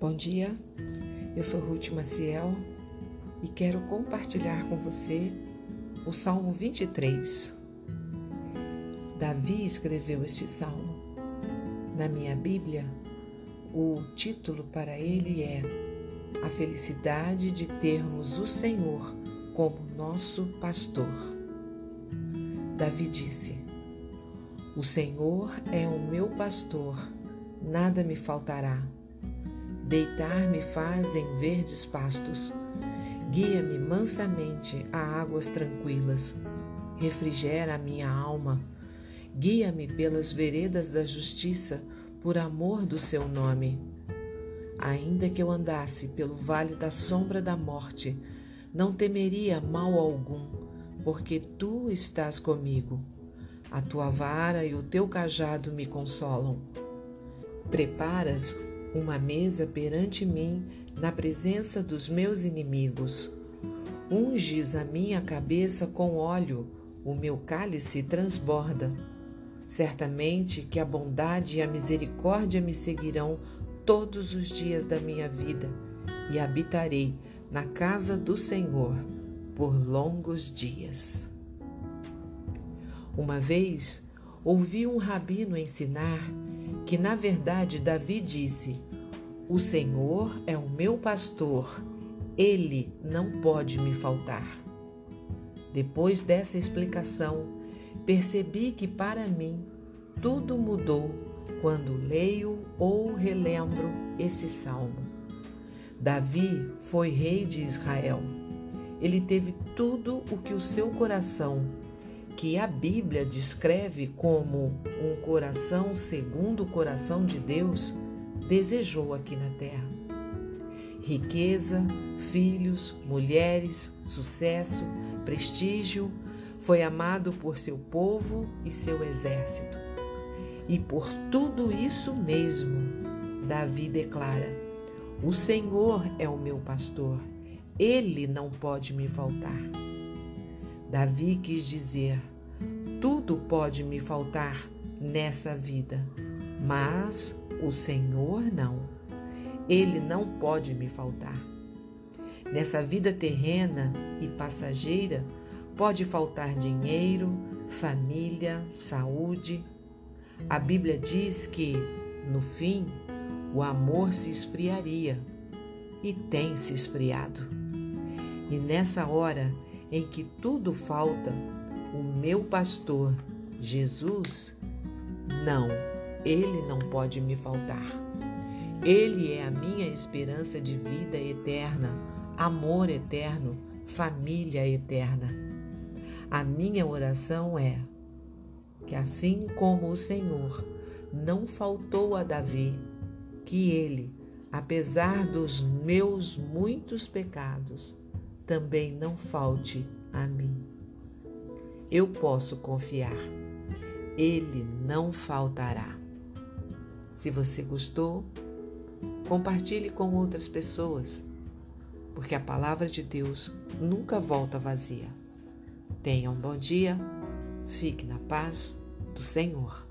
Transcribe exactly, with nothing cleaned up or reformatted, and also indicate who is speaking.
Speaker 1: Bom dia, eu sou Ruth Maciel e quero compartilhar com você o Salmo vinte e três. Davi escreveu este salmo. Na minha Bíblia, o título para ele é A Felicidade de Termos o Senhor como Nosso Pastor. Davi disse: O Senhor é o meu pastor, nada me faltará. Deitar-me faz em verdes pastos, guia-me mansamente a águas tranquilas, refrigera a minha alma, guia-me pelas veredas da justiça, por amor do seu nome. Ainda que eu andasse pelo vale da sombra da morte, não temeria mal algum, porque tu estás comigo. A tua vara e o teu cajado me consolam. Preparas uma mesa perante mim na presença dos meus inimigos. Unges a minha cabeça com óleo, o meu cálice transborda. Certamente que a bondade e a misericórdia me seguirão todos os dias da minha vida e habitarei na casa do Senhor por longos dias. Uma vez ouvi um rabino ensinar que, na verdade, Davi disse: O Senhor é o meu pastor, ele não pode me faltar. Depois dessa explicação, percebi que para mim tudo mudou quando leio ou relembro esse salmo. Davi foi rei de Israel. Ele teve tudo o que o seu coração, que a Bíblia descreve como um coração segundo o coração de Deus, desejou aqui na terra. Riqueza, filhos, mulheres, sucesso, prestígio, foi amado por seu povo e seu exército. E por tudo isso mesmo, Davi declara: O Senhor é o meu pastor, ele não pode me faltar. Davi quis dizer: tudo pode me faltar nessa vida, mas o Senhor não. Ele não pode me faltar. Nessa vida terrena e passageira, pode faltar dinheiro, família, saúde. A Bíblia diz que, no fim, o amor se esfriaria, e tem se esfriado. E nessa hora em que tudo falta, o meu pastor, Jesus, não, ele não pode me faltar. Ele é a minha esperança de vida eterna, amor eterno, família eterna. A minha oração é que, assim como o Senhor não faltou a Davi, que ele, apesar dos meus muitos pecados, também não falte a mim. Eu posso confiar, ele não faltará. Se você gostou, compartilhe com outras pessoas, porque a palavra de Deus nunca volta vazia. Tenha um bom dia, fique na paz do Senhor.